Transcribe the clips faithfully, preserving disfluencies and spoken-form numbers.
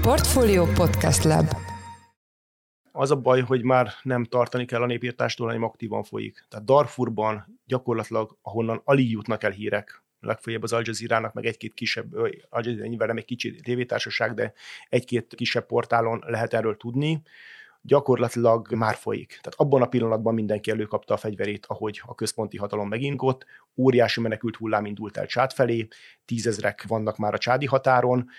Portfolio Podcast Lab. Az a baj, hogy már nem tartani kell a népírtástól, hanem aktívan folyik. Tehát Darfurban gyakorlatilag, ahonnan alig jutnak el hírek, legfeljebb az Al Jazeera-nak, meg egy-két kisebb, Al Jazeera nem egy kicsi tévétársaság, de egy-két kisebb portálon lehet erről tudni, gyakorlatilag már folyik. Tehát abban a pillanatban mindenki előkapta a fegyverét, ahogy a központi hatalom megingott, óriási menekült hullám indult el Csád felé, tízezrek vannak már a csádi határon.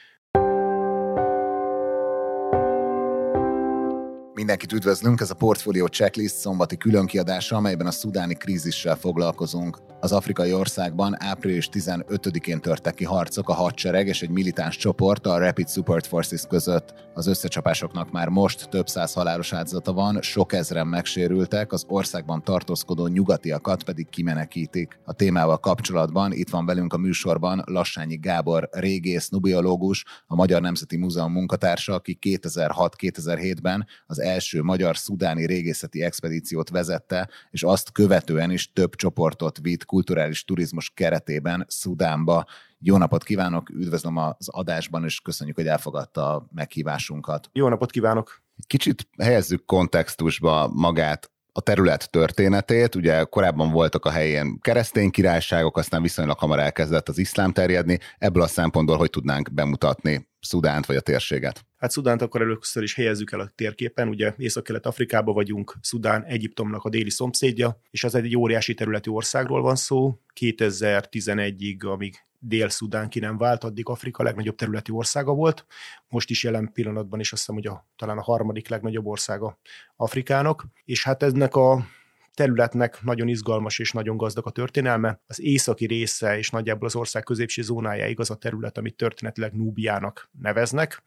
Mindenkit üdvözlünk, ez a Portfolio Checklist szombati különkiadása, amelyben a szudáni krízissel foglalkozunk. Az afrikai országban április tizenötödikén törtek ki harcok a hadsereg és egy militáns csoport, a Rapid Support Forces között. Az összecsapásoknak már most több száz halálos áldozata van, sok ezren megsérültek, az országban tartózkodó nyugatiakat pedig kimenekítik. A témával kapcsolatban itt van velünk a műsorban Lassányi Gábor, régész, nubiológus, a Magyar Nemzeti Múzeum munkatársa, aki kétezer-hat-kétezer-hétben az első magyar-szudáni régészeti expedíciót vezette, és azt követően is több csoportot vitt kulturális turizmus keretében Szudánba. Jó napot kívánok, üdvözlöm az adásban, és köszönjük, hogy elfogadta a meghívásunkat. Jó napot kívánok! Kicsit helyezzük kontextusba magát, a terület történetét. Ugye korábban voltak a helyén keresztény királyságok, aztán viszonylag hamar elkezdett az iszlám terjedni. Ebből a szempontból hogy tudnánk bemutatni Szudánt vagy a térséget? Hát Szudánt akkor először is helyezzük el a térképen, ugye Észak-Kelet-Afrikában vagyunk, Szudán Egyiptomnak a déli szomszédja, és az egy óriási területű országról van szó. kétezer-tizenegyig, amíg Dél-Szudán ki nem vált, addig Afrika legnagyobb területű országa volt. Most is jelen pillanatban is azt hiszem, hogy a, talán a harmadik legnagyobb országa Afrikának. És hát ennek a területnek nagyon izgalmas és nagyon gazdag a történelme. Az északi része és nagyjából az ország középső zónájáig az a terület, amit történetileg Núbiának neveznek,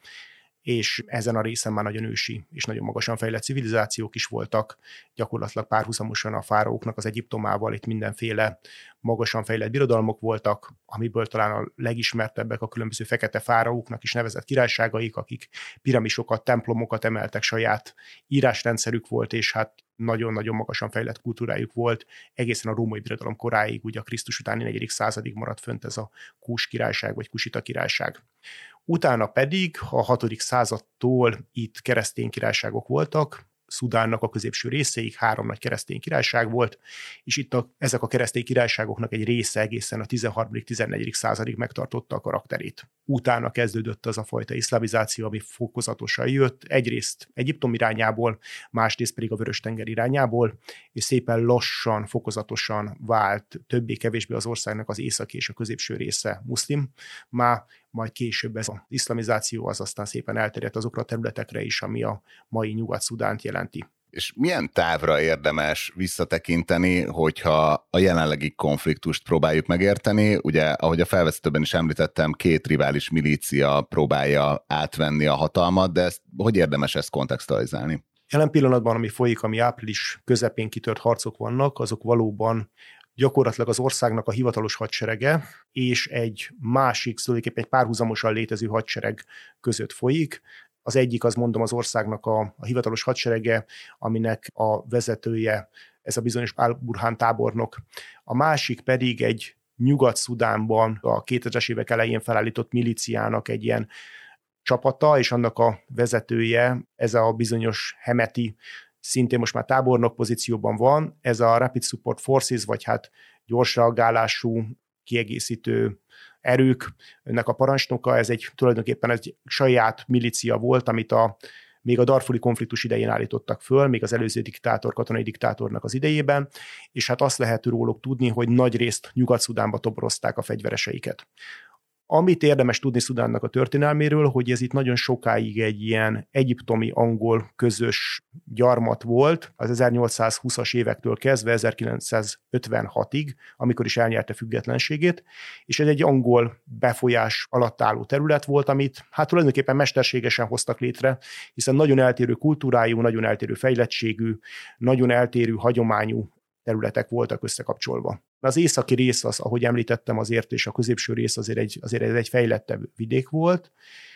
és ezen a részen már nagyon ősi és nagyon magasan fejlett civilizációk is voltak, gyakorlatilag párhuzamosan a fáraóknak az Egyiptomával, itt mindenféle magasan fejlett birodalmak voltak, amiből talán a legismertebbek a különböző fekete fáraóknak is nevezett királyságaik, akik piramisokat, templomokat emeltek, saját írásrendszerük volt, és hát nagyon-nagyon magasan fejlett kultúrájuk volt, egészen a római birodalom koráig, ugye a Krisztus utáni negyedik századig maradt fönt ez a Kús királyság, vagy Kusita királyság. Utána pedig a hatodik századtól itt keresztény királyságok voltak, Szudánnak a középső részéig három nagy keresztény királyság volt, és itt a, ezek a keresztény királyságoknak egy része egészen a tizenharmadik-tizennegyedik századig megtartotta a karakterét. Utána kezdődött az a fajta iszlamizáció, ami fokozatosan jött, egyrészt Egyiptom irányából, másrészt pedig a Vörös-tenger irányából, és szépen lassan, fokozatosan vált többé-kevésbé az országnak az északi és a középső része muszlim, már majd később ez az iszlamizáció az aztán szépen elterjedt azokra a területekre is, ami a mai Nyugat-Szudánt jelenti. És milyen távra érdemes visszatekinteni, hogyha a jelenlegi konfliktust próbáljuk megérteni? Ugye, ahogy a felvezetőben is említettem, két rivális milícia próbálja átvenni a hatalmat, de ezt, hogy érdemes ezt kontextualizálni? Jelen pillanatban, ami folyik, ami április közepén kitört harcok vannak, azok valóban gyakorlatilag az országnak a hivatalos hadserege és egy másik, tulajdonképpen egy párhuzamosan létező hadsereg között folyik. Az egyik, az mondom, az országnak a, a hivatalos hadserege, aminek a vezetője ez a bizonyos Al-Burhan tábornok. A másik pedig egy Nyugat-Szudánban a kétezres évek elején felállított milíciának egy ilyen csapata, és annak a vezetője, ez a bizonyos Hemeti, szintén most már tábornok pozícióban van, ez a Rapid Support Forces, vagy hát gyors reagálású, kiegészítő erők, ennek a parancsnoka, ez egy tulajdonképpen egy saját milícia volt, amit a, még a darfuri konfliktus idején állítottak föl, még az előző diktátor, katonai diktátornak az idejében, és hát azt lehet róluk tudni, hogy nagyrészt Nyugat-Szudánba toborozták a fegyvereseiket. Amit érdemes tudni Szudánnak a történelméről, hogy ez itt nagyon sokáig egy ilyen egyiptomi-angol közös gyarmat volt, az ezernyolcszázhúszas évektől kezdve ezerkilencszázötvenhatig, amikor is elnyerte függetlenségét, és ez egy angol befolyás alatt álló terület volt, amit hát tulajdonképpen mesterségesen hoztak létre, hiszen nagyon eltérő kultúrájú, nagyon eltérő fejlettségű, nagyon eltérő hagyományú területek voltak összekapcsolva. Az északi rész, az, ahogy említettem, azért, és a középső rész azért egy, azért egy fejlettebb vidék volt,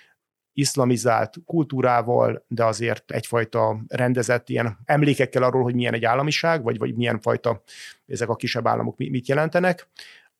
iszlamizált kultúrával, de azért egyfajta rendezett ilyen emlékekkel arról, hogy milyen egy államiság, vagy, vagy milyen fajta ezek a kisebb államok mit jelentenek.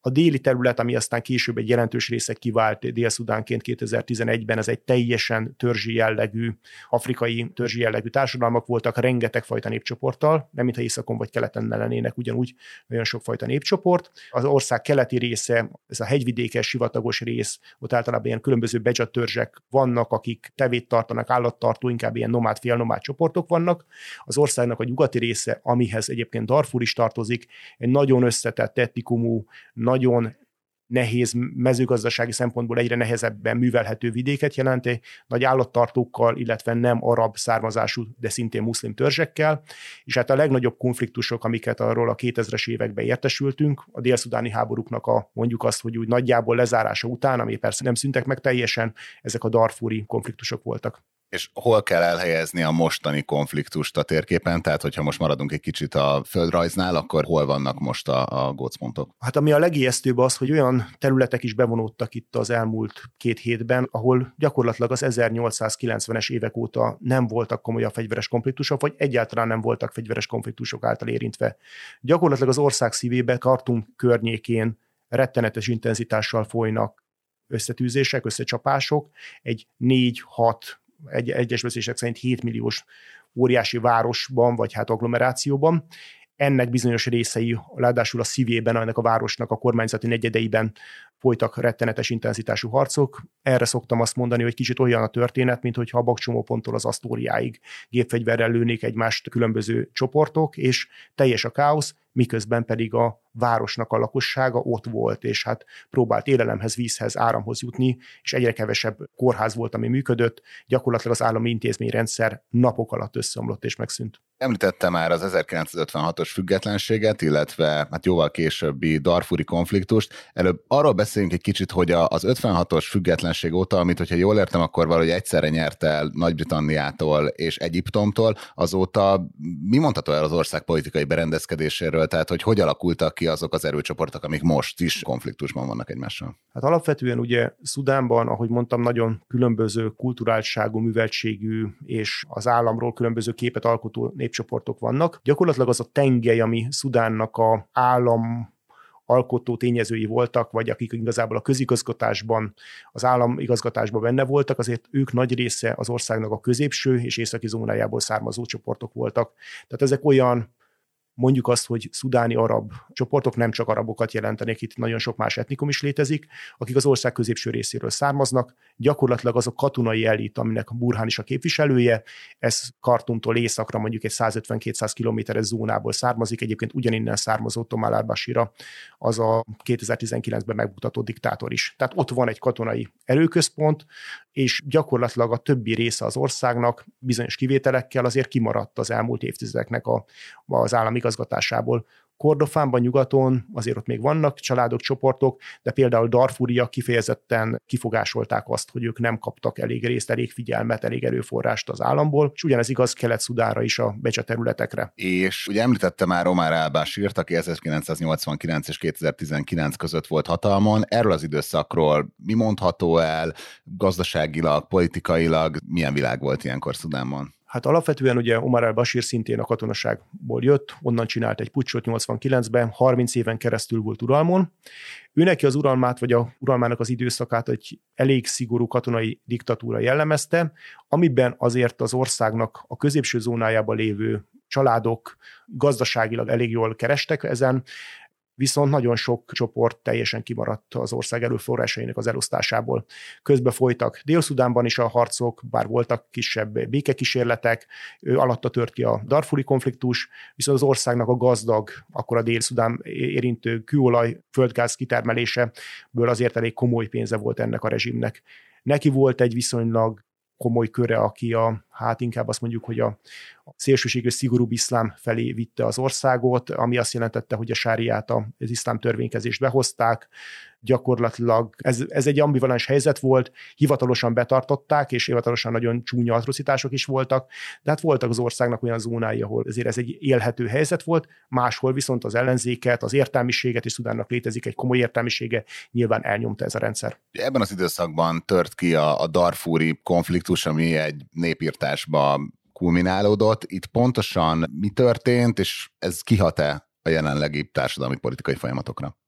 A déli terület, ami aztán később egy jelentős része kivált Dél-Szudánként kétezer-tizenegyben, ez egy teljesen törzsi jellegű, afrikai törzsi jellegű társadalmak voltak, rengeteg fajta népcsoporttal, nem mintha északon vagy keleten ne lennének ugyanúgy nagyon sokfajta népcsoport. Az ország keleti része, ez a hegyvidékes, sivatagos rész, ott általában ilyen különböző bedzsa törzsek vannak, akik tevét tartanak, állattartó, inkább ilyen nomád, félnomád csoportok vannak. Az országnak a nyugati része, amihez egyébként Darfur is tartozik, egy nagyon összetett etnikumú, nagyon nehéz mezőgazdasági szempontból egyre nehezebben művelhető vidéket jelenti, nagy állattartókkal, illetve nem arab származású, de szintén muszlim törzsekkel, és hát a legnagyobb konfliktusok, amiket arról a kétezres években értesültünk, a dél-szudáni háborúknak a mondjuk azt, hogy úgy nagyjából lezárása után, ami persze nem szüntek meg teljesen, ezek a darfúri konfliktusok voltak. És hol kell elhelyezni a mostani konfliktust a térképen? Tehát, hogyha most maradunk egy kicsit a földrajznál, akkor hol vannak most a, a gócpontok? Hát ami a legijesztőbb az, hogy olyan területek is bevonódtak itt az elmúlt két hétben, ahol gyakorlatilag az ezernyolcszázkilencvenes évek óta nem voltak komolyabb fegyveres konfliktusok, vagy egyáltalán nem voltak fegyveres konfliktusok által érintve. Gyakorlatilag az ország szívébe, Kartum környékén rettenetes intenzitással folynak összetűzések, összecsapások, egy négy-hat egy, egyes beszélések szerint hét milliós óriási városban, vagy hát agglomerációban. Ennek bizonyos részei, ráadásul a szívében, ennek a városnak a kormányzati negyedeiben folytak rettenetes intenzitású harcok. Erre szoktam azt mondani, hogy kicsit olyan a történet, mint hogyha a Bakcsomóponttól az Asztóriáig gépfegyverrel lőnék egymást különböző csoportok, és teljes a káosz, miközben pedig a városnak a lakossága ott volt, és hát próbált élelemhez, vízhez, áramhoz jutni, és egyre kevesebb kórház volt, ami működött. Gyakorlatilag az állami intézményrendszer napok alatt összeomlott és megszűnt. Említette már az ezerkilencszázötvenhatos függetlenséget, illetve hát jóval későbbi darfúri konfliktust. Előbb arról beszéljünk egy kicsit, hogy az ötvenhatos függetlenség óta, amit, hogyha jól értem, akkor valahogy egyszerre nyert el Nagy-Britanniától és Egyiptomtól, azóta mi mondható el az ország politikai berendezkedéséről, tehát hogy hogy alakultak ki azok az erőcsoportok, amik most is konfliktusban vannak egymással? Hát alapvetően ugye Szudánban, ahogy mondtam, nagyon különböző kulturáltságú, műveltségű és az államról különböző képet alkotó népcsoportok vannak. Gyakorlatilag az a tengely, ami Szudánnak a állam alkotó tényezői voltak, vagy akik igazából a közigazgatásban, az államigazgatásban benne voltak, azért ők nagy része az országnak a középső és északi zónájából származó csoportok voltak. Tehát ezek olyan, mondjuk azt, hogy szudáni arab csoportok, nem csak arabokat jelentenek, itt nagyon sok más etnikum is létezik, akik az ország középső részéről származnak, gyakorlatilag az a katonai elit, aminek Burhán is a képviselője, ez Kartumtól északra mondjuk egy százötven-kétszáz kilométeres zónából származik, egyébként ugyaninnen származó Omar al-Bashir, az a kétezer-tizenkilencben megbuktató diktátor is. Tehát ott van egy katonai erőközpont, és gyakorlatilag a többi része az országnak bizonyos kivételekkel azért kimaradt az elmúlt évtizedeknek a, az állami igazgatásából. Kordofánban, nyugaton azért ott még vannak családok, csoportok, de például darfúriak kifejezetten kifogásolták azt, hogy ők nem kaptak elég részt, elég figyelmet, elég erőforrást az államból, és ugyanez igaz Kelet-Szudánra is, a Bedzsa területekre. És ugye említette már Omar al-Bashirt, aki ezerkilencszáznyolcvankilenc és kétezer-tizenkilenc között volt hatalmon. Erről az időszakról mi mondható el, gazdaságilag, politikailag, milyen világ volt ilyenkor Szudánban? Hát alapvetően ugye Omar al-Bashir szintén a katonaságból jött, onnan csinált egy puccsot nyolcvankilencben, harminc éven keresztül volt uralmon. Ő neki az uralmát, vagy a uralmának az időszakát egy elég szigorú katonai diktatúra jellemezte, amiben azért az országnak a középső zónájában lévő családok gazdaságilag elég jól kerestek ezen, viszont nagyon sok csoport teljesen kimaradt az ország erőforrásainak az elosztásából. Közben folytak Dél-Szudánban is a harcok, bár voltak kisebb békekísérletek, alatta tört ki a darfúri konfliktus, viszont az országnak a gazdag, akkor a Dél-Szudán érintő kőolaj, földgáz kitermeléseből azért elég komoly pénze volt ennek a rezsimnek. Neki volt egy viszonylag komoly köre, aki a, hát inkább azt mondjuk, hogy a szélsőséges szigorúbb iszlám felé vitte az országot, ami azt jelentette, hogy a sáriát, az iszlám törvénykezést behozták. Gyakorlatilag ez, ez egy ambivalens helyzet volt, hivatalosan betartották, és hivatalosan nagyon csúnya atrocitások is voltak, de hát voltak az országnak olyan zónái, ahol ezért ez egy élhető helyzet volt, máshol viszont az ellenzéket, az értelmiséget, és Szudánnak létezik egy komoly értelmisége, nyilván elnyomta ez a rendszer. Ebben az időszakban tört ki a, a darfúri konfliktus, ami egy népírtásba kulminálódott. Itt pontosan mi történt, és ez kihat-e a jelenlegi társadalmi politikai folyamatokra?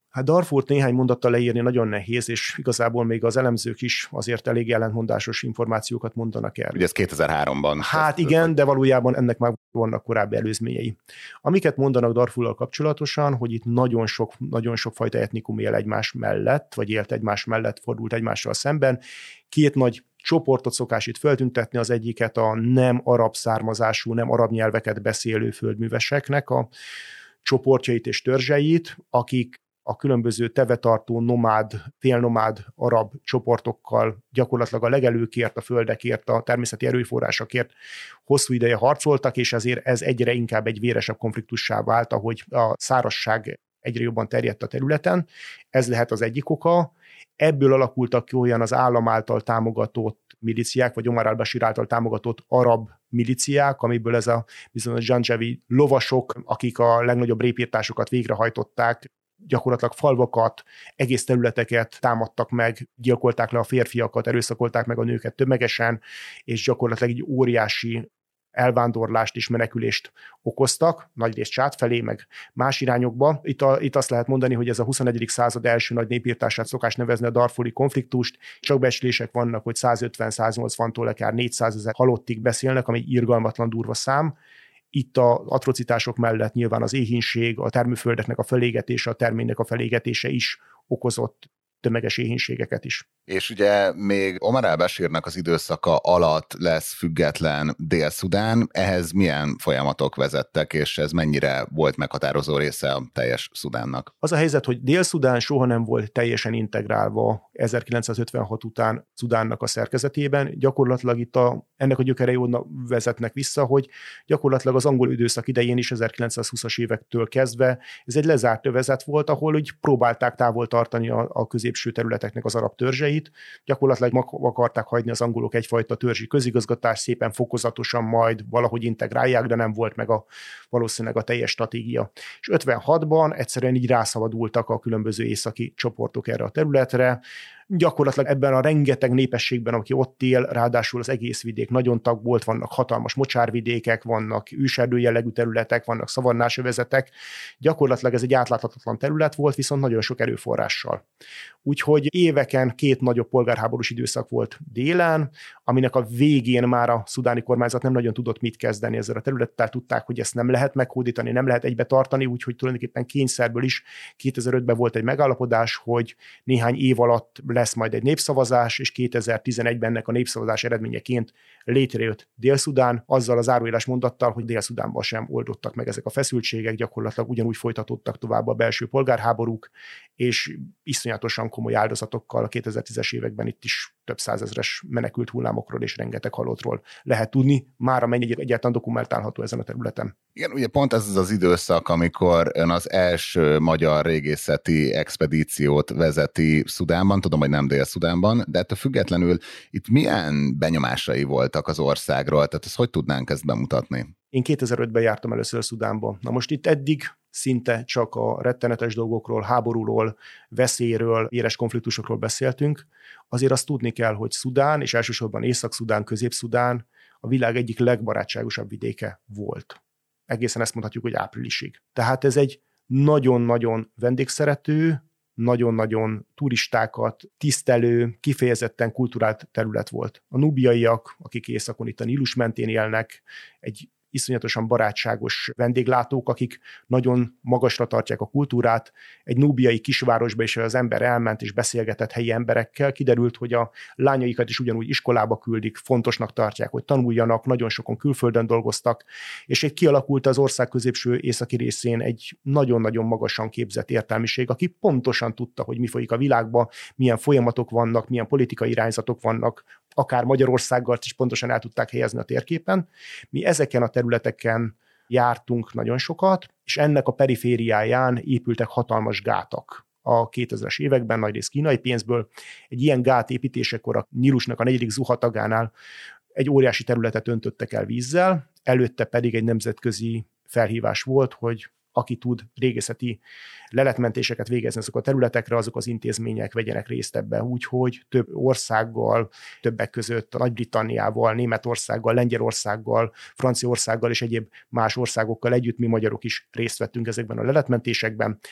Hát Darfurt néhány mondattal leírni nagyon nehéz, és igazából még az elemzők is azért elég ellentmondásos információkat mondanak el. Ugye ez kétezer-háromban. Hát igen, de valójában ennek már vannak korábbi előzményei. Amiket mondanak Darfurral kapcsolatosan, hogy itt nagyon sok, nagyon sok fajta etnikum él egymás mellett, vagy élt egymás mellett, fordult egymással szemben. Két nagy csoportot szokás itt feltüntetni, az egyiket a nem arab származású, nem arab nyelveket beszélő földműveseknek a csoportjait és törzseit, akik a különböző tevetartó, nomád, félnomád arab csoportokkal gyakorlatilag a legelőkért, a földekért, a természeti erőforrásokért hosszú ideje harcoltak, és ezért ez egyre inkább egy véresebb konfliktussá vált, ahogy a szárazság egyre jobban terjedt a területen. Ez lehet az egyik oka. Ebből alakultak ki olyan az állam által támogatott milíciák, vagy Omar al-Bashir által támogatott arab milíciák, amiből ez a bizonyos dzsandzsavi lovasok, akik a legnagyobb répírtásokat végrehajtották, gyakorlatilag falvakat, egész területeket támadtak meg, gyilkolták le a férfiakat, erőszakolták meg a nőket tömegesen, és gyakorlatilag egy óriási elvándorlást és menekülést okoztak, nagyrészt Csád felé, meg más irányokba. Itt, a, itt azt lehet mondani, hogy ez a huszonegyedik század első nagy népírtását szokás nevezni a darfuri konfliktust. Csak becslések vannak, hogy százötven-száznyolcvantól akár négyszázezer halottig beszélnek, ami irgalmatlan durva szám. Itt az atrocitások mellett nyilván az éhínség, a termőföldeknek a felégetése, a terménynek a felégetése is okozott tömeges éhínségeket is. És ugye még Omar al-Bashirnak az időszaka alatt lesz független Dél-Szudán, ehhez milyen folyamatok vezettek, és ez mennyire volt meghatározó része a teljes Szudánnak? Az a helyzet, hogy Dél-Szudán soha nem volt teljesen integrálva ezerkilencszázötvenhat után Szudánnak a szerkezetében. Gyakorlatilag itt a, ennek a gyökerei onnan vezetnek vissza, hogy gyakorlatilag az angol időszak idején is ezerkilencszázhúszas évektől kezdve ez egy lezárt övezet volt, ahol úgy próbálták távol tartani a, a középső területeknek az arab törzseit. Gyakorlatilag meg akarták hagyni az angolok egyfajta törzsi közigazgatás, szépen fokozatosan majd valahogy integrálják, de nem volt meg a, valószínűleg a teljes stratégia. És ötvenhatban egyszerűen így rászabadultak a különböző északi csoportok erre a területre. Gyakorlatilag ebben a rengeteg népességben, aki ott él, ráadásul az egész vidék nagyon tagbolt, vannak hatalmas mocsárvidékek, vannak őserdő jellegű területek, vannak szavannás övezetek. Gyakorlatilag ez egy átláthatatlan terület volt, viszont nagyon sok erőforrással. Úgyhogy éveken két nagyobb polgárháborús időszak volt délen, aminek a végén már a szudáni kormányzat nem nagyon tudott mit kezdeni ezzel a területtel, tudták, hogy ezt nem lehet meghódítani, nem lehet egybe tartani, úgyhogy tulajdonképpen kényszerből is kétezer-ötben volt egy megállapodás, hogy néhány év alatt lesz majd egy népszavazás, és kétezer-tizenegyben ennek a népszavazás eredményeként létrejött Dél-Szudán, azzal az áruírás mondattal, hogy Dél-Szudánban sem oldottak meg ezek a feszültségek, gyakorlatilag ugyanúgy folytatódtak tovább a belső polgárháborúk, és iszonyatosan komoly áldozatokkal a kétezer-tízes években itt is több százezres menekült hullámokról és rengeteg halottról lehet tudni, már amennyi egyáltalán dokumentálható ezen a területen. Igen, ugye pont ez az az időszak, amikor ön az első magyar régészeti expedíciót vezeti Szudánban, tudom, hogy nem Dél-Szudánban, de ettől függetlenül itt milyen benyomásai voltak az országról, tehát ezt hogy tudnánk ezt bemutatni? Én kétezer-ötben jártam először Szudánba. Na most itt eddig szinte csak a rettenetes dolgokról, háborúról, veszélyről, éres konfliktusokról beszéltünk. Azért azt tudni kell, hogy Szudán, és elsősorban Észak-Szudán, Közép-Szudán a világ egyik legbarátságosabb vidéke volt. Egészen ezt mondhatjuk, hogy áprilisig. Tehát ez egy nagyon-nagyon vendégszerető, nagyon-nagyon turistákat tisztelő, kifejezetten kulturált terület volt. A nubiaiak, akik északon itt a Nílus mentén élnek, egy iszonyatosan barátságos vendéglátók, akik nagyon magasra tartják a kultúrát. Egy núbiai kisvárosba is az ember elment és beszélgetett helyi emberekkel, kiderült, hogy a lányaikat is ugyanúgy iskolába küldik, fontosnak tartják, hogy tanuljanak, nagyon sokan külföldön dolgoztak, és egy kialakult az ország középső északi részén egy nagyon-nagyon magasan képzett értelmiség, aki pontosan tudta, hogy mi folyik a világban, milyen folyamatok vannak, milyen politikai irányzatok vannak, akár Magyarországgal is pontosan el tudták helyezni a térképen. Mi ezeken a területeken jártunk nagyon sokat, és ennek a perifériáján épültek hatalmas gátak a kétezres években, nagyrészt kínai pénzből. Egy ilyen gát építésekor a Nílusnak a negyedik zuhatagánál egy óriási területet öntöttek el vízzel, előtte pedig egy nemzetközi felhívás volt, hogy aki tud régészeti leletmentéseket végezni azok a területekre, azok az intézmények vegyenek részt ebben. Úgyhogy több országgal, többek között a Nagy-Britanniával, Németországgal, Lengyelországgal, Franciaországgal és egyéb más országokkal együtt mi magyarok is részt vettünk ezekben a leletmentésekben.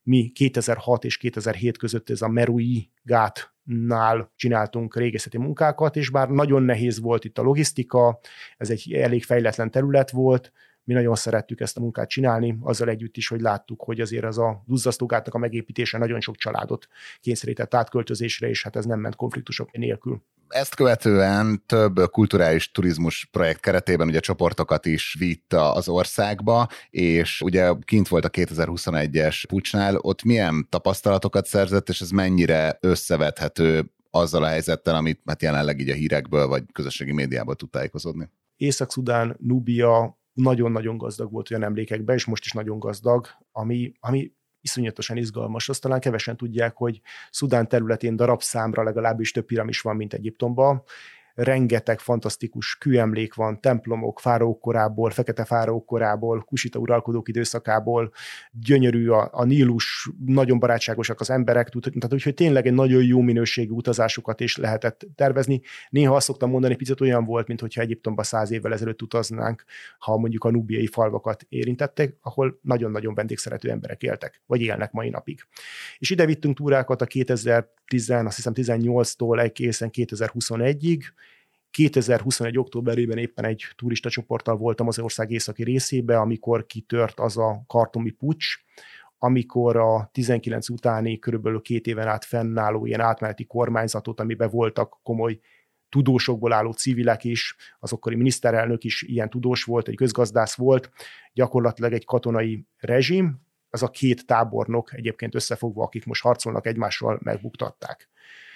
Mi kétezer-hat és kétezer-hét között ez a Merui gátnál csináltunk régészeti munkákat, és bár nagyon nehéz volt itt a logisztika, ez egy elég fejletlen terület volt, mi nagyon szerettük ezt a munkát csinálni, azzal együtt is, hogy láttuk, hogy azért az a duzzasztógátnak a megépítése nagyon sok családot kényszerített átköltözésre, és hát ez nem ment konfliktusok nélkül. Ezt követően több kulturális turizmus projekt keretében ugye csoportokat is vitt az országba, és ugye kint volt a kétezer-huszonegyes puccsnál, ott milyen tapasztalatokat szerzett, és ez mennyire összevethető azzal a helyzettel, amit hát jelenleg így a hírekből vagy közösségi médiából tud tájékozódni? Észak-Szudán, Núbia nagyon-nagyon gazdag volt olyan emlékekben, és most is nagyon gazdag, ami, ami iszonyatosan izgalmas. Azt talán kevesen tudják, hogy Szudán területén darabszámra legalábbis több piramis van, mint Egyiptomban. Rengeteg fantasztikus kőemlék van, templomok fáraók korából, fekete fáraók korából, kusita uralkodók időszakából, gyönyörű a, a Nílus, nagyon barátságosak az emberek, tehát úgyhogy tényleg egy nagyon jó minőségű utazásokat is lehetett tervezni. Néha azt szoktam mondani, picit olyan volt, mintha Egyiptomba száz évvel ezelőtt utaznánk, ha mondjuk a nubiai falvakat érintettek, ahol nagyon-nagyon vendégszerető emberek éltek, vagy élnek mai napig. És ide vittünk túrákat a kétezer-tíz, azt hiszem tizennyolctól egészen kétezer-huszonegyig. kétezer-huszonegy októberében éppen egy turista csoporttal voltam az ország északi részébe, amikor kitört az a kartumi puccs, amikor a tizenkilenc utáni körülbelül két éven át fennálló ilyen átmeneti kormányzatot, amiben voltak komoly tudósokból álló civilek is, az akkori miniszterelnök is ilyen tudós volt, egy közgazdász volt, gyakorlatilag egy katonai rezsim, az a két tábornok egyébként összefogva, akik most harcolnak egymással, megbuktatták.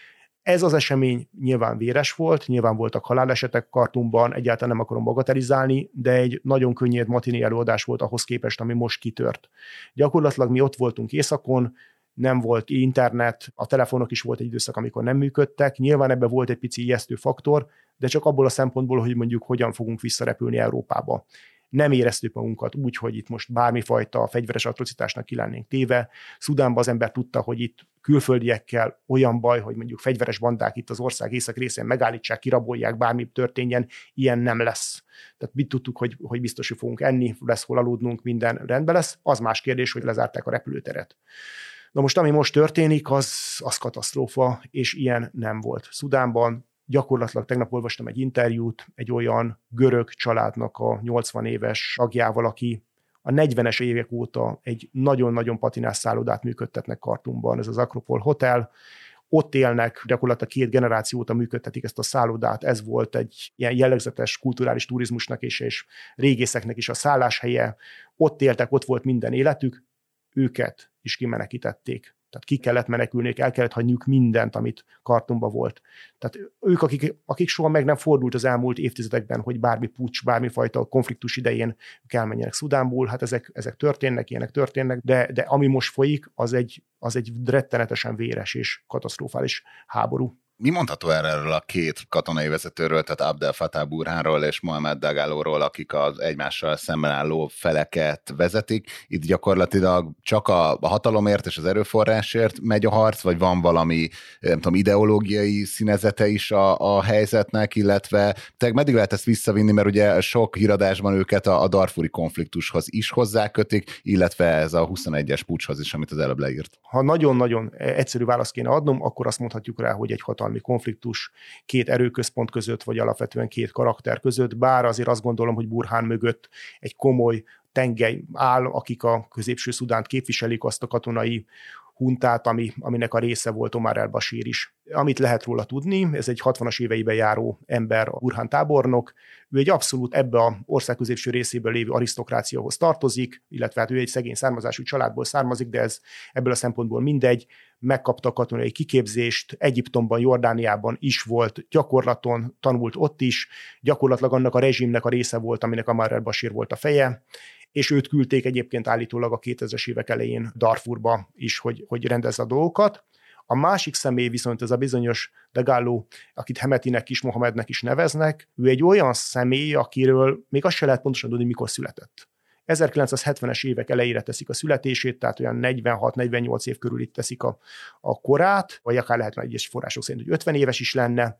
Ez az esemény nyilván véres volt, nyilván voltak halálesetek Kartumban, egyáltalán nem akarom bagatelizálni, de egy nagyon könnyed matini előadás volt ahhoz képest, ami most kitört. Gyakorlatilag mi ott voltunk északon, nem volt internet, a telefonok is volt egy időszak, amikor nem működtek, nyilván ebben volt egy pici ijesztő faktor, de csak abból a szempontból, hogy mondjuk hogyan fogunk visszarepülni Európába. Nem éreztük magunkat úgy, hogy itt most bármifajta fegyveres atrocitásnak ki lennénk téve. Szudánban az ember tudta, hogy itt külföldiekkel olyan baj, hogy mondjuk fegyveres bandák itt az ország észak részén megállítsák, kirabolják, bármi történjen, ilyen nem lesz. Tehát mit tudtuk, hogy, hogy biztos, hogy fogunk enni, lesz hol aludnunk, minden rendben lesz. Az más kérdés, hogy lezárták a repülőteret. Na most, ami most történik, az, az katasztrófa, és ilyen nem volt. Szudánban gyakorlatilag tegnap olvastam egy interjút egy olyan görög családnak a nyolcvan éves tagjával, aki a negyvenes évek óta egy nagyon-nagyon patinás szállodát működtetnek Kartumban, ez az Akropol Hotel. Ott élnek, gyakorlatilag két generáció óta működtetik ezt a szállodát, ez volt egy ilyen jellegzetes kulturális turizmusnak és, és régészeknek is a szálláshelye. Ott éltek, ott volt minden életük, őket is kimenekítették. Tehát ki kellett menekülniük, el kellett hagyniuk mindent, amit Kartumban volt. Tehát ők, akik, akik soha meg nem fordult az elmúlt évtizedekben, hogy bármi puccs, bármifajta konfliktus idején elmenjenek Szudánból, hát ezek, ezek történnek, ilyenek történnek, de, de ami most folyik, az egy, az egy rettenetesen véres és katasztrofális háború. Mi mondható erről a két katonai vezetőről, tehát Abdel Fattah Burhanról és Mohamed Dagalóról, akik az egymással szemben álló feleket vezetik? Itt gyakorlatilag csak a hatalomért és az erőforrásért megy a harc, vagy van valami, nem tudom, ideológiai színezete is a, a helyzetnek, illetve tehát meddig lehet ezt visszavinni, mert ugye sok híradásban őket a, a darfuri konfliktushoz is hozzákötik, illetve ez a huszonegyes puccshoz is, amit az előbb leírt. Ha nagyon-nagyon egyszerű választ kéne adnom, akkor azt mondhatjuk rá, hogy egy hatalmi konfliktus két erőközpont között, vagy alapvetően két karakter között, bár azért azt gondolom, hogy Burhan mögött egy komoly tengely áll, akik a középső Szudánt képviselik, azt a katonai huntát, ami, aminek a része volt Omar el-Bashir is. Amit lehet róla tudni, ez egy hatvanas éveiben járó ember, a Burhan tábornok, ő egy abszolút ebbe az ország középső részéből lévő arisztokráciához tartozik, illetve hát ő egy szegény származású családból származik, de ez ebből a szempontból mindegy, megkapta a katonai kiképzést, Egyiptomban, Jordániában is volt gyakorlaton, tanult ott is, gyakorlatilag annak a rezsimnek a része volt, aminek Omar el-Bashir volt a feje, és őt küldték egyébként állítólag a kétezres évek elején Darfurba is, hogy, hogy rendezze a dolgokat. A másik személy viszont ez a bizonyos Dagalo, akit Hemetinek is, Mohamednek is neveznek, ő egy olyan személy, akiről még azt se lehet pontosan tudni, mikor született. ezerkilencszázhetvenes évek elejére teszik a születését, tehát olyan negyvenhat-negyvennyolc év körül itt teszik a, a korát, vagy akár lehet egyes források szerint, hogy ötven éves is lenne.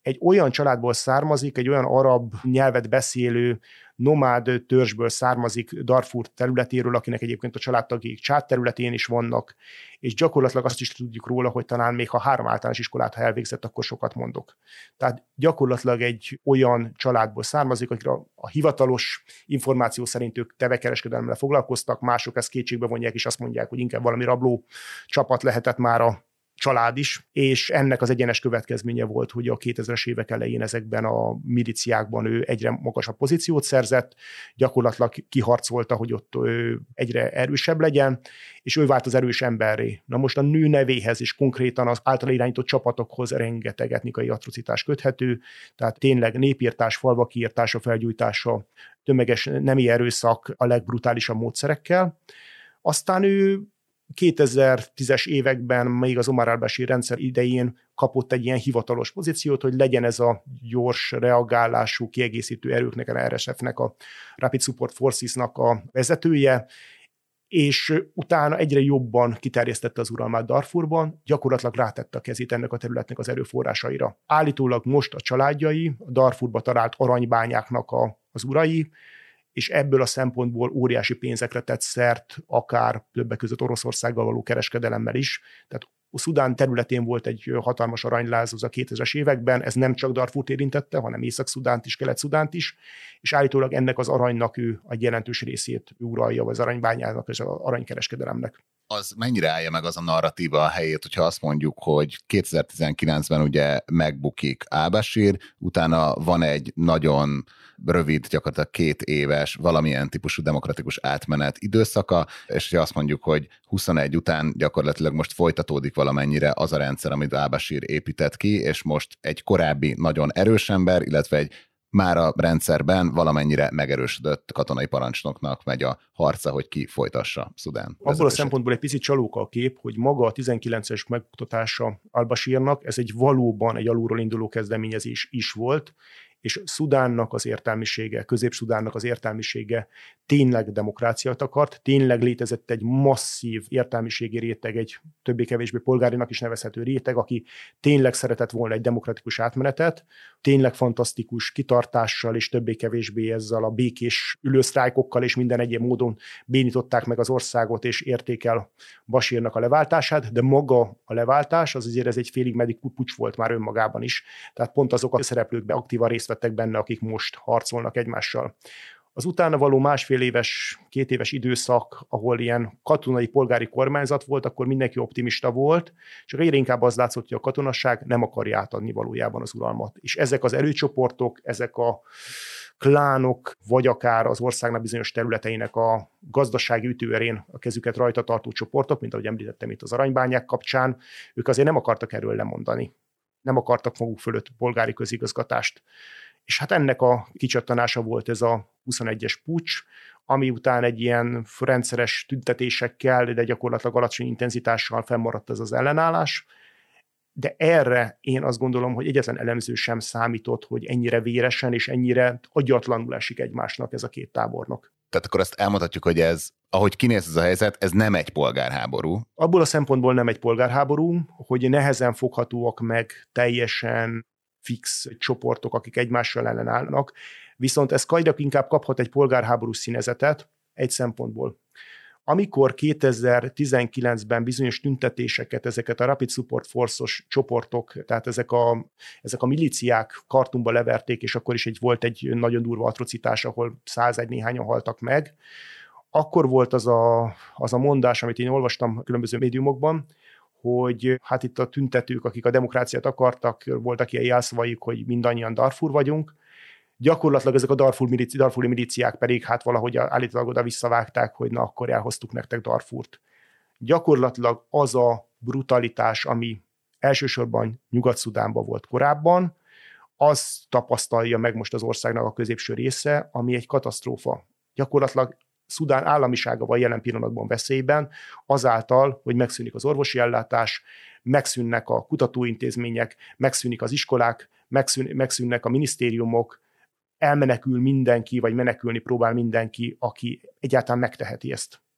egy olyan családból származik, egy olyan arab nyelvet beszélő nomád törzsből származik Darfur területéről, akinek egyébként a családtagjai Csád területén is vannak, és gyakorlatilag azt is tudjuk róla, hogy talán még ha három általános iskolát, ha elvégzett, akkor sokat mondok. Tehát gyakorlatilag egy olyan családból származik, akikre a hivatalos információ szerint ők tevekereskedelemmel foglalkoztak, mások ezt kétségbe vonják, és azt mondják, hogy inkább valami rabló csapat lehetett már a család is, és ennek az egyenes következménye volt, hogy a kétezres évek elején ezekben a milíciákban ő egyre magasabb pozíciót szerzett, gyakorlatilag kiharcolta, hogy ott ő egyre erősebb legyen, és ő vált az erős emberré. Na most a nő nevéhez és konkrétan az általa irányított csapatokhoz rengeteg etnikai atrocitás köthető, tehát tényleg népírtás, falvak kiirtása, felgyújtása, tömeges nemi erőszak a legbrutálisabb módszerekkel. Aztán ő kétezer-tízes években, még az Omar al-Bashir rendszer idején kapott egy ilyen hivatalos pozíciót, hogy legyen ez a gyors reagálású kiegészítő erőknek, a er es ef-nek, a Rapid Support Forces-nak a vezetője, és utána egyre jobban kiterjesztette az uralmát Darfurban, gyakorlatilag rátette a kezét ennek a területnek az erőforrásaira. Állítólag most a családjai, a Darfurba talált aranybányáknak a, az urai, és ebből a szempontból óriási pénzekre tett szert, akár többek között Oroszországgal való kereskedelemmel is. Tehát a Szudán területén volt egy hatalmas aranyláz az a kétezres években, ez nem csak Darfurt érintette, hanem Észak-Szudánt is, Kelet-Szudánt is, és állítólag ennek az aranynak ő a jelentős részét uralja, vagy az aranybányának és az aranykereskedelemnek. Az mennyire állja meg az a narratíva a helyét, hogyha azt mondjuk, hogy kétezer-tizenkilencben ugye megbukik al-Bashir, utána van egy nagyon rövid, gyakorlatilag két éves valamilyen típusú demokratikus átmenet időszaka, és azt mondjuk, hogy huszonegy után gyakorlatilag most folytatódik valamennyire az a rendszer, amit al-Bashir épített ki, és most egy korábbi nagyon erős ember, illetve egy már a rendszerben valamennyire megerősödött katonai parancsnoknak megy a harca, hogy ki folytassa Szudán. Abból a szempontból egy picit csalóka a kép, hogy maga a tizenkilences megbuktatása al-Bashirnak, ez egy valóban egy alulról induló kezdeményezés is volt, és Szudánnak az értelmisége, Közép-Szudánnak az értelmisége tényleg demokráciát akart, tényleg létezett egy masszív értelmiségi réteg, egy többé-kevésbé polgárinak is nevezhető réteg, aki tényleg szeretett volna egy demokratikus átmenetet, tényleg fantasztikus kitartással és többé-kevésbé ezzel a békés ülősztrájkokkal és minden egyéb módon bénították meg az országot és érték el Bashirnak a leváltását, de maga a leváltás, az azért ez egy félig meddig pucs volt már önmagában is, tehát pont azok a szereplők be aktívan részt vettek benne, akik most harcolnak egymással. Az utána való másfél éves, két éves időszak, ahol ilyen katonai polgári kormányzat volt, akkor mindenki optimista volt, csak egyre inkább az látszott, hogy a katonasság nem akarja átadni valójában az uralmat. És ezek az erőcsoportok, ezek a klánok, vagy akár az országnak bizonyos területeinek a gazdasági ütőerén a kezüket rajta tartó csoportok, mint ahogy említettem itt az aranybányák kapcsán, ők azért nem akartak erről lemondani. Nem akartak maguk fölött polgári közigazgatást. És hát ennek a kicsattanása volt ez a huszonegyes puccs, ami után egy ilyen rendszeres tüntetésekkel, de gyakorlatilag alacsony intenzitással fennmaradt ez az ellenállás. De erre én azt gondolom, hogy egyetlen elemző sem számított, hogy ennyire véresen és ennyire agyatlanul esik egymásnak ez a két tábornok. Tehát akkor azt elmondhatjuk, hogy ez, ahogy kinéz ez a helyzet, ez nem egy polgárháború. Abból a szempontból nem egy polgárháború, hogy nehezen foghatóak meg teljesen fix csoportok, akik egymással ellenállnak, viszont ez kajdak inkább kaphat egy polgárháború színezetet egy szempontból. Amikor kétezer-tizenkilencben bizonyos tüntetéseket, ezeket a Rapid Support Force-os csoportok, tehát ezek a, ezek a milíciák Kartumba leverték, és akkor is egy, volt egy nagyon durva atrocitás, ahol százegy néhányan haltak meg, akkor volt az a, az a mondás, amit én olvastam különböző médiumokban, hogy hát itt a tüntetők, akik a demokráciát akartak, voltak ilyen jelszavaik, hogy mindannyian Darfur vagyunk. Gyakorlatilag ezek a Darfur milici, Darfuri milíciák pedig hát valahogy állítólag oda visszavágták, hogy na akkor elhoztuk nektek Darfurt. Gyakorlatilag az a brutalitás, ami elsősorban Nyugat-Szudánban volt korábban, az tapasztalja meg most az országnak a középső része, ami egy katasztrófa. Gyakorlatilag Szudán államisága van jelen pillanatban veszélyben, azáltal, hogy megszűnik az orvosi ellátás, megszűnnek a kutatóintézmények, megszűnik az iskolák, megszűn, megszűnnek a minisztériumok, elmenekül mindenki, vagy menekülni próbál mindenki, aki egyáltalán megteheti ezt.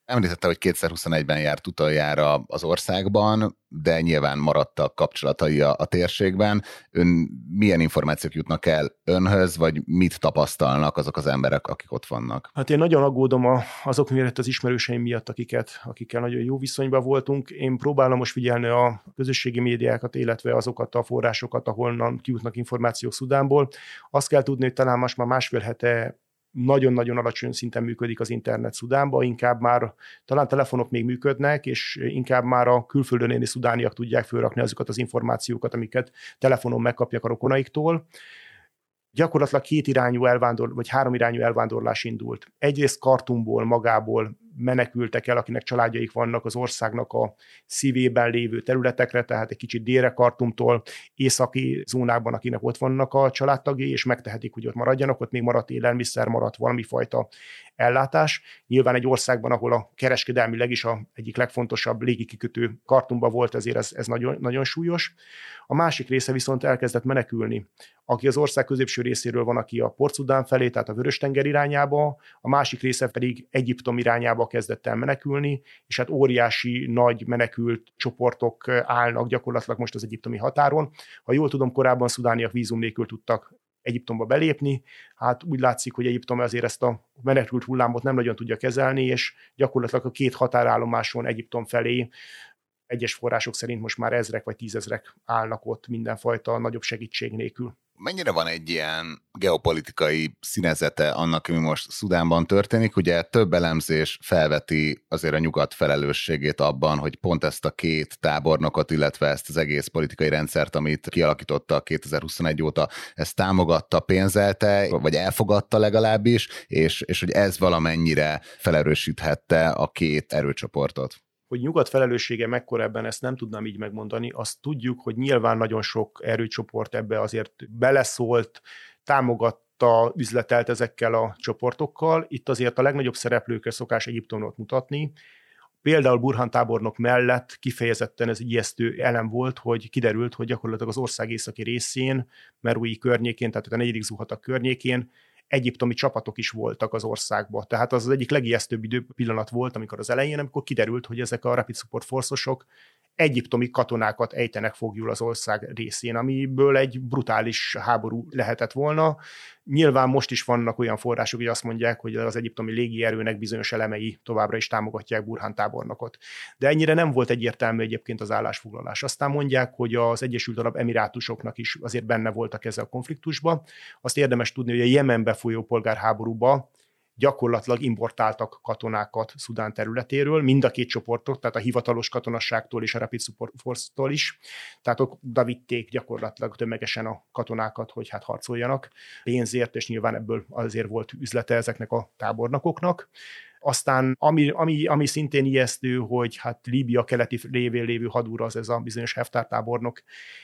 Említette, hogy kétezer-huszonegyben járt utoljára az országban, de nyilván maradtak kapcsolatai a, a térségben. Ön milyen információk jutnak el önhöz, vagy mit tapasztalnak azok az emberek, akik ott vannak? Hát én nagyon aggódom a, azok miatt, az ismerőseim miatt, akiket, akikkel nagyon jó viszonyban voltunk. Én próbálom most figyelni a közösségi médiákat, illetve azokat a forrásokat, ahonnan kijutnak információk Szudánból. Azt kell tudni, hogy talán most már másfél hete nagyon-nagyon alacsony szinten működik az internet Szudánban, inkább már talán telefonok még működnek, és inkább már a külföldön élő szudániak tudják fölrakni azokat az információkat, amiket telefonon megkapják a rokonaiktól. Gyakorlatilag két irányú elvándor, vagy három irányú elvándorlás indult. Egyrészt Kartumból, magából menekültek el, akinek családjaik vannak az országnak a szívében lévő területekre, tehát egy kicsit délre Kartumtól, északi zónákban, akinek ott vannak a családtagjai, és megtehetik, hogy ott maradjanak, ott még maradt élelmiszer, maradt valami fajta ellátás. Nyilván egy országban, ahol a kereskedelmileg is a egyik legfontosabb légikikötő Kartumban volt, ezért ez, ez nagyon, nagyon súlyos. A másik része viszont elkezdett menekülni. Aki az ország középső részéről van, aki a Port-Szudán felé, tehát a Vörös-tenger irányába, a másik része pedig Egyiptom irányába kezdett el menekülni, és hát óriási nagy menekült csoportok állnak gyakorlatilag most az egyiptomi határon. Ha jól tudom, korábban szudániak vízum nélkül tudtak Egyiptomba belépni, hát úgy látszik, hogy Egyiptom azért ezt a menekült hullámot nem nagyon tudja kezelni, és gyakorlatilag a két határállomáson Egyiptom felé egyes források szerint most már ezrek vagy tízezrek állnak ott mindenfajta nagyobb segítség nélkül. Mennyire van egy ilyen geopolitikai színezete annak, ami most Szudánban történik? Ugye több elemzés felveti azért a nyugat felelősségét abban, hogy pont ezt a két tábornokot, illetve ezt az egész politikai rendszert, amit kialakította kétezer-huszonegy óta, ezt támogatta, pénzelte, vagy elfogadta legalábbis, és, és hogy ez valamennyire felerősíthette a két erőcsoportot. Hogy nyugat felelőssége mekkora ebben, ezt nem tudnám így megmondani. Azt tudjuk, hogy nyilván nagyon sok erőcsoport ebbe azért beleszólt, támogatta, üzletelt ezekkel a csoportokkal. Itt azért a legnagyobb szereplőkre szokás Egyiptomot mutatni. Például Burhan tábornok mellett kifejezetten ez egy ijesztő elem volt, hogy kiderült, hogy gyakorlatilag az ország északi részén, Merui környékén, tehát a negyedik Zuhatak környékén egyiptomi csapatok is voltak az országban. Tehát az az egyik legijesztőbb idő pillanat volt, amikor az elején, amikor kiderült, hogy ezek a Rapid Support Force-osok egyiptomi katonákat ejtenek foglyul az ország részén, amiből egy brutális háború lehetett volna. Nyilván most is vannak olyan források, hogy azt mondják, hogy az egyiptomi légierőnek bizonyos elemei továbbra is támogatják Burhan tábornokot. De ennyire nem volt egyértelmű egyébként az állásfoglalás. Aztán mondják, hogy az Egyesült Arab Emirátusoknak is azért benne voltak ezzel a konfliktusban. Azt érdemes tudni, hogy a Jemenbe folyó polgárháborúba gyakorlatilag importáltak katonákat Szudán területéről, mind a két csoportok, tehát a hivatalos katonasságtól és a Rapid Support Force-tól is. Tehát oda vitték gyakorlatilag tömegesen a katonákat, hogy hát harcoljanak pénzért, és nyilván ebből azért volt üzlete ezeknek a tábornokoknak. Aztán ami, ami, ami szintén ijesztő, hogy hát Líbia keleti révén lévő hadúr, az ez a bizonyos Haftar tábornok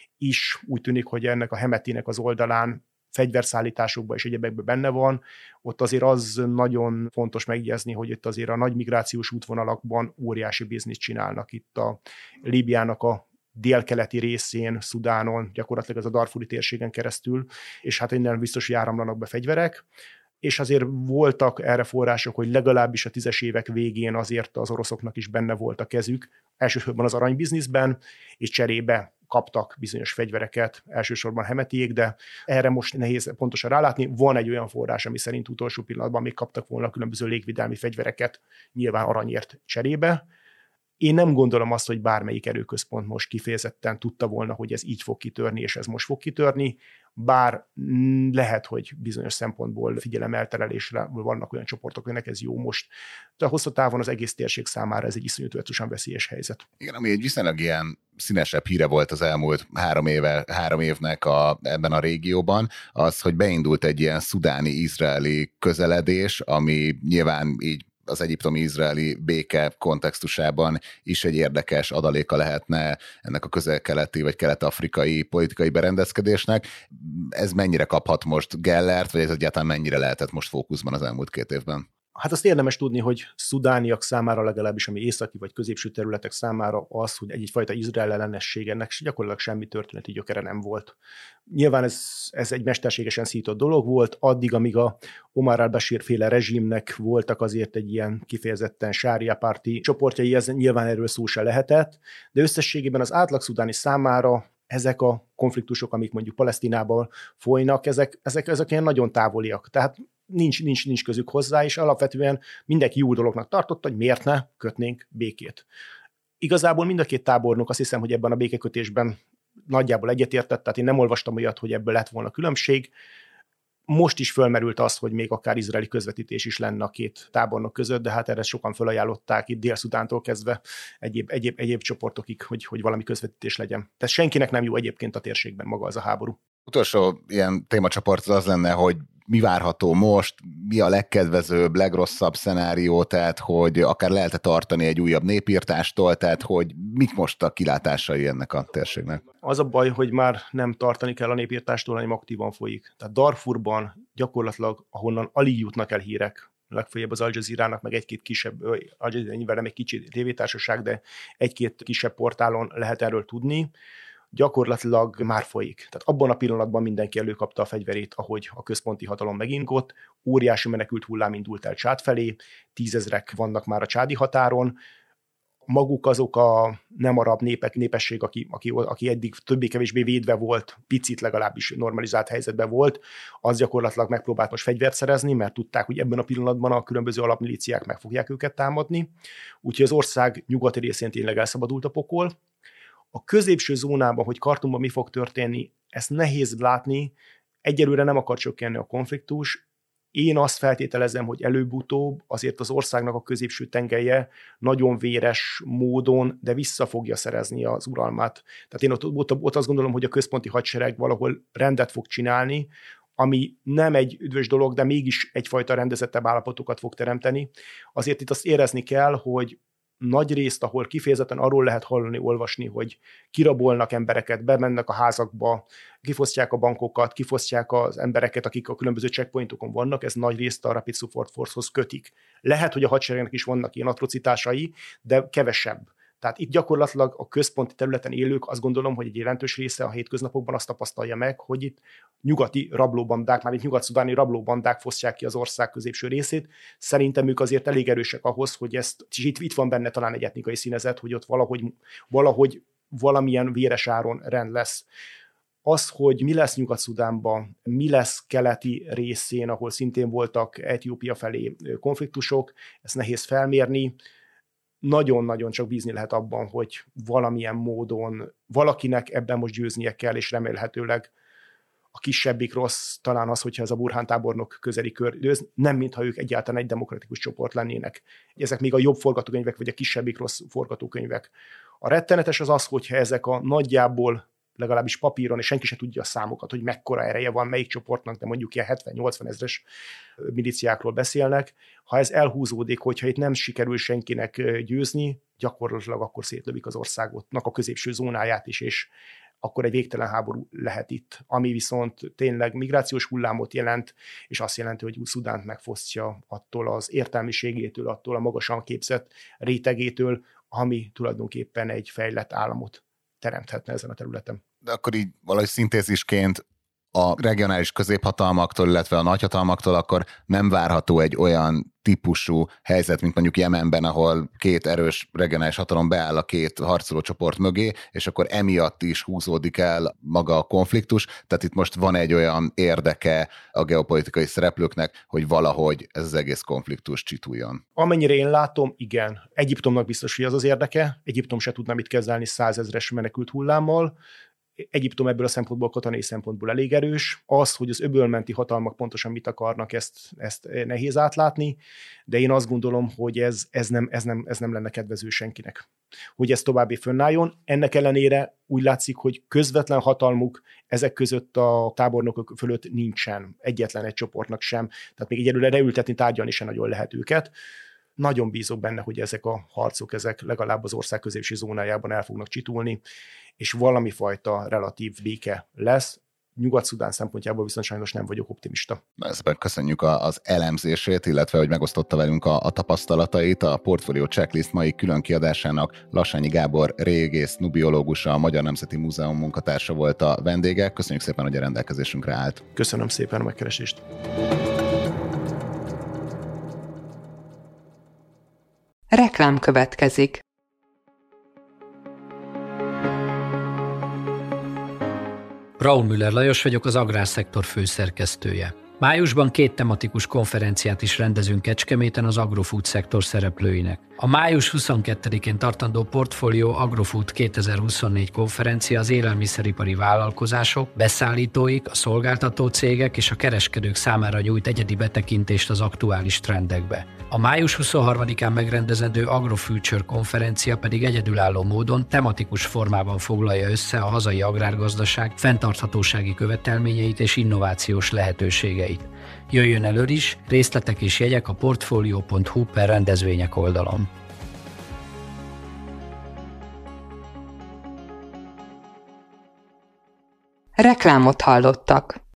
is úgy tűnik, hogy ennek a Hemetinek az oldalán fegyverszállításokban és egyebekben benne van. Ott azért az nagyon fontos megjegyezni, hogy itt azért a nagy migrációs útvonalakban óriási bizniszt csinálnak. Itt a Líbiának a délkeleti részén, Szudánon, gyakorlatilag ez a Darfuri térségen keresztül, és hát innen biztos, hogy áramlanak be fegyverek. És azért voltak erre források, hogy legalábbis a tízes évek végén azért az oroszoknak is benne volt a kezük, elsősorban az aranybizniszben, és cserébe kaptak bizonyos fegyvereket, elsősorban hemetiék, de erre most nehéz pontosan rálátni. Van egy olyan forrás, ami szerint utolsó pillanatban még kaptak volna különböző légvédelmi fegyvereket, nyilván aranyért cserébe. Én nem gondolom azt, hogy bármelyik erőközpont most kifejezetten tudta volna, hogy ez így fog kitörni, és ez most fog kitörni, bár lehet, hogy bizonyos szempontból figyelemelterelésre vannak olyan csoportok, akinek ez jó most, de hosszú távon az egész térség számára ez egy iszonyatosan veszélyes helyzet. Igen, ami egy viszonylag ilyen színesebb híre volt az elmúlt három, éve, három évnek a, ebben a régióban, az, hogy beindult egy ilyen szudáni-izraeli közeledés, ami nyilván így az egyiptomi-izraeli béke kontextusában is egy érdekes adaléka lehetne ennek a közel-keleti vagy kelet-afrikai politikai berendezkedésnek. Ez mennyire kaphat most Gellert, vagy ez egyáltalán mennyire lehetett most fókuszban az elmúlt két évben? Hát azt érdemes tudni, hogy szudániak számára legalábbis, ami északi vagy középső területek számára az, hogy egyfajta Izrael ellenesség, ennek gyakorlatilag semmi történeti gyökere nem volt. Nyilván ez, ez egy mesterségesen szított dolog volt, addig, amíg a Omar al-Bashir féle rezsimnek voltak azért egy ilyen kifejezetten sáriapárti csoportjai, ez nyilván erről szó se lehetett, de összességében az átlag szudáni számára ezek a konfliktusok, amik mondjuk Palesztinában folynak, ezek, ezek, ezek ilyen nagyon távoliak. Tehát nincs, nincs, nincs közük hozzá, és alapvetően mindenki jó dolognak tartotta, hogy miért ne kötnénk békét. Igazából mind a két tábornok azt hiszem, hogy ebben a békekötésben nagyjából egyetértett, tehát én nem olvastam olyat, hogy ebből lett volna különbség. Most is fölmerült az, hogy még akár izraeli közvetítés is lenne a két tábornok között, de hát erre sokan felajánlották itt Dél-Szudántól kezdve egyéb, egyéb, egyéb csoportokig, hogy, hogy valami közvetítés legyen. Tehát senkinek nem jó egyébként a térségben maga az a háború. Utolsó ilyen témacsoport az lenne, hogy mi várható most, mi a legkedvezőbb, legrosszabb szenárió, tehát hogy akár lehet-e tartani egy újabb népírtástól, tehát hogy mik most a kilátásai ennek a térségnek? Az a baj, hogy már nem tartani kell a népírtástól, hanem aktívan folyik. Tehát Darfurban gyakorlatilag, ahonnan alig jutnak el hírek, legfeljebb az Al Jazeera-nak, meg egy-két kisebb, Al Jazeera nyilván nem egy kicsi tévétársaság, de egy-két kisebb portálon lehet erről tudni, gyakorlatilag már folyik. Tehát abban a pillanatban mindenki előkapta a fegyverét, ahogy a központi hatalom megingott, óriási menekült hullám indult el Csád felé, tízezrek vannak már a csádi határon, maguk azok a nem arab népek, népesség, aki, aki, aki eddig többé-kevésbé védve volt, picit legalábbis normalizált helyzetben volt, az gyakorlatilag megpróbált most fegyvert szerezni, mert tudták, hogy ebben a pillanatban a különböző alapmilíciák meg fogják őket támadni. Úgyhogy az ország nyugati részén tényleg elszabadult a pokol. A középső zónában, hogy Kartumban mi fog történni, ezt nehéz látni, egyelőre nem akar csökkenni a konfliktus. Én azt feltételezem, hogy előbb-utóbb azért az országnak a középső tengelye nagyon véres módon, de vissza fogja szerezni az uralmát. Tehát én ott, ott, ott azt gondolom, hogy a központi hadsereg valahol rendet fog csinálni, ami nem egy üdvös dolog, de mégis egyfajta rendezettebb állapotokat fog teremteni. Azért itt azt érezni kell, hogy nagy részt, ahol kifejezetten arról lehet hallani, olvasni, hogy kirabolnak embereket, bemennek a házakba, kifosztják a bankokat, kifosztják az embereket, akik a különböző checkpointokon vannak, ez nagy részt a Rapid Support Force-hoz kötik. Lehet, hogy a hadseregnek is vannak ilyen atrocitásai, de kevesebb. Tehát itt gyakorlatilag a központi területen élők azt gondolom, hogy egy jelentős része a hétköznapokban azt tapasztalja meg, hogy itt nyugati rablóbandák, már itt nyugat-szudáni rablóbandák fosztják ki az ország középső részét. Szerintem ők azért elég erősek ahhoz, hogy ezt, és itt, itt van benne talán egy etnikai színezet, hogy ott valahogy, valahogy valamilyen véres áron rend lesz. Az, hogy mi lesz Nyugat-Szudánban, mi lesz keleti részén, ahol szintén voltak Etiópia felé konfliktusok, ezt nehéz felmérni. Nagyon-nagyon csak bízni lehet abban, hogy valamilyen módon valakinek ebben most győznie kell, és remélhetőleg a kisebbik rossz talán az, hogyha ez a Burhán tábornok közeli kör győz, nem mintha ők egyáltalán egy demokratikus csoport lennének. Ezek még a jobb forgatókönyvek, vagy a kisebbik rossz forgatókönyvek. A rettenetes az az, hogyha ezek a nagyjából legalábbis papíron, és senki se tudja a számokat, hogy mekkora ereje van, melyik csoportnak, de mondjuk ilyen hetven-nyolcvan ezres milíciákról beszélnek. Ha ez elhúzódik, hogyha itt nem sikerül senkinek győzni, gyakorlatilag akkor szétlövik az országotnak a középső zónáját is, és akkor egy végtelen háború lehet itt, ami viszont tényleg migrációs hullámot jelent, és azt jelenti, hogy Szudánt megfosztja attól az értelmiségétől, attól a magasan képzett rétegétől, ami tulajdonképpen egy fejlett államot teremthetne ezen a területen. De akkor így valahogy szintézisként a regionális középhatalmaktól, illetve a nagyhatalmaktól akkor nem várható egy olyan típusú helyzet, mint mondjuk Jemenben, ahol két erős regionális hatalom beáll a két harcoló csoport mögé, és akkor emiatt is húzódik el maga a konfliktus. Tehát itt most van egy olyan érdeke a geopolitikai szereplőknek, hogy valahogy ez az egész konfliktus csituljon. Amennyire én látom, igen. Egyiptomnak biztos, hogy az az érdeke. Egyiptom se tudna mit kezelni százezres menekült hullámmal. Egyiptom ebből a szempontból, katonai szempontból elég erős. Az, hogy az öbölmenti hatalmak pontosan mit akarnak, ezt, ezt nehéz átlátni, de én azt gondolom, hogy ez, ez, nem, ez, nem, ez nem lenne kedvező senkinek, hogy ez további fönnálljon. Ennek ellenére úgy látszik, hogy közvetlen hatalmuk ezek között a tábornokok fölött nincsen, egyetlen egy csoportnak sem, tehát még egyelőre leültetni, tárgyalni sem nagyon lehet őket. Nagyon bízok benne, hogy ezek a harcok, ezek legalább az ország középső zónájában el fognak csitulni, és valami fajta relatív béke lesz. Nyugat-Szudán szempontjából viszont sajnos nem vagyok optimista. Ezben köszönjük az elemzését, illetve hogy megosztotta velünk a, a tapasztalatait. A Portfolio Checklist mai külön kiadásának Lassányi Gábor régész nubiológus, a Magyar Nemzeti Múzeum munkatársa volt a vendége. Köszönjük szépen, hogy a rendelkezésünkre állt. Köszönöm szépen a megkeresést. Reklám következik. Braun Müller Lajos vagyok, az Agrárszektor főszerkesztője. Májusban két tematikus konferenciát is rendezünk Kecskeméten az agrofood szektor szereplőinek. A május huszonkettedikén tartandó Portfolio Agrofood kétezer-huszonnégy konferencia az élelmiszeripari vállalkozások, beszállítóik, a szolgáltató cégek és a kereskedők számára nyújt egyedi betekintést az aktuális trendekbe. A május huszonharmadikán megrendezendő AgroFuture konferencia pedig egyedülálló módon tematikus formában foglalja össze a hazai agrárgazdaság fenntarthatósági követelményeit és innovációs lehetőségeit. Jöjjön elő is, részletek és jegyek a portfolio pont hu per rendezvények oldalon. Reklámot hallottak.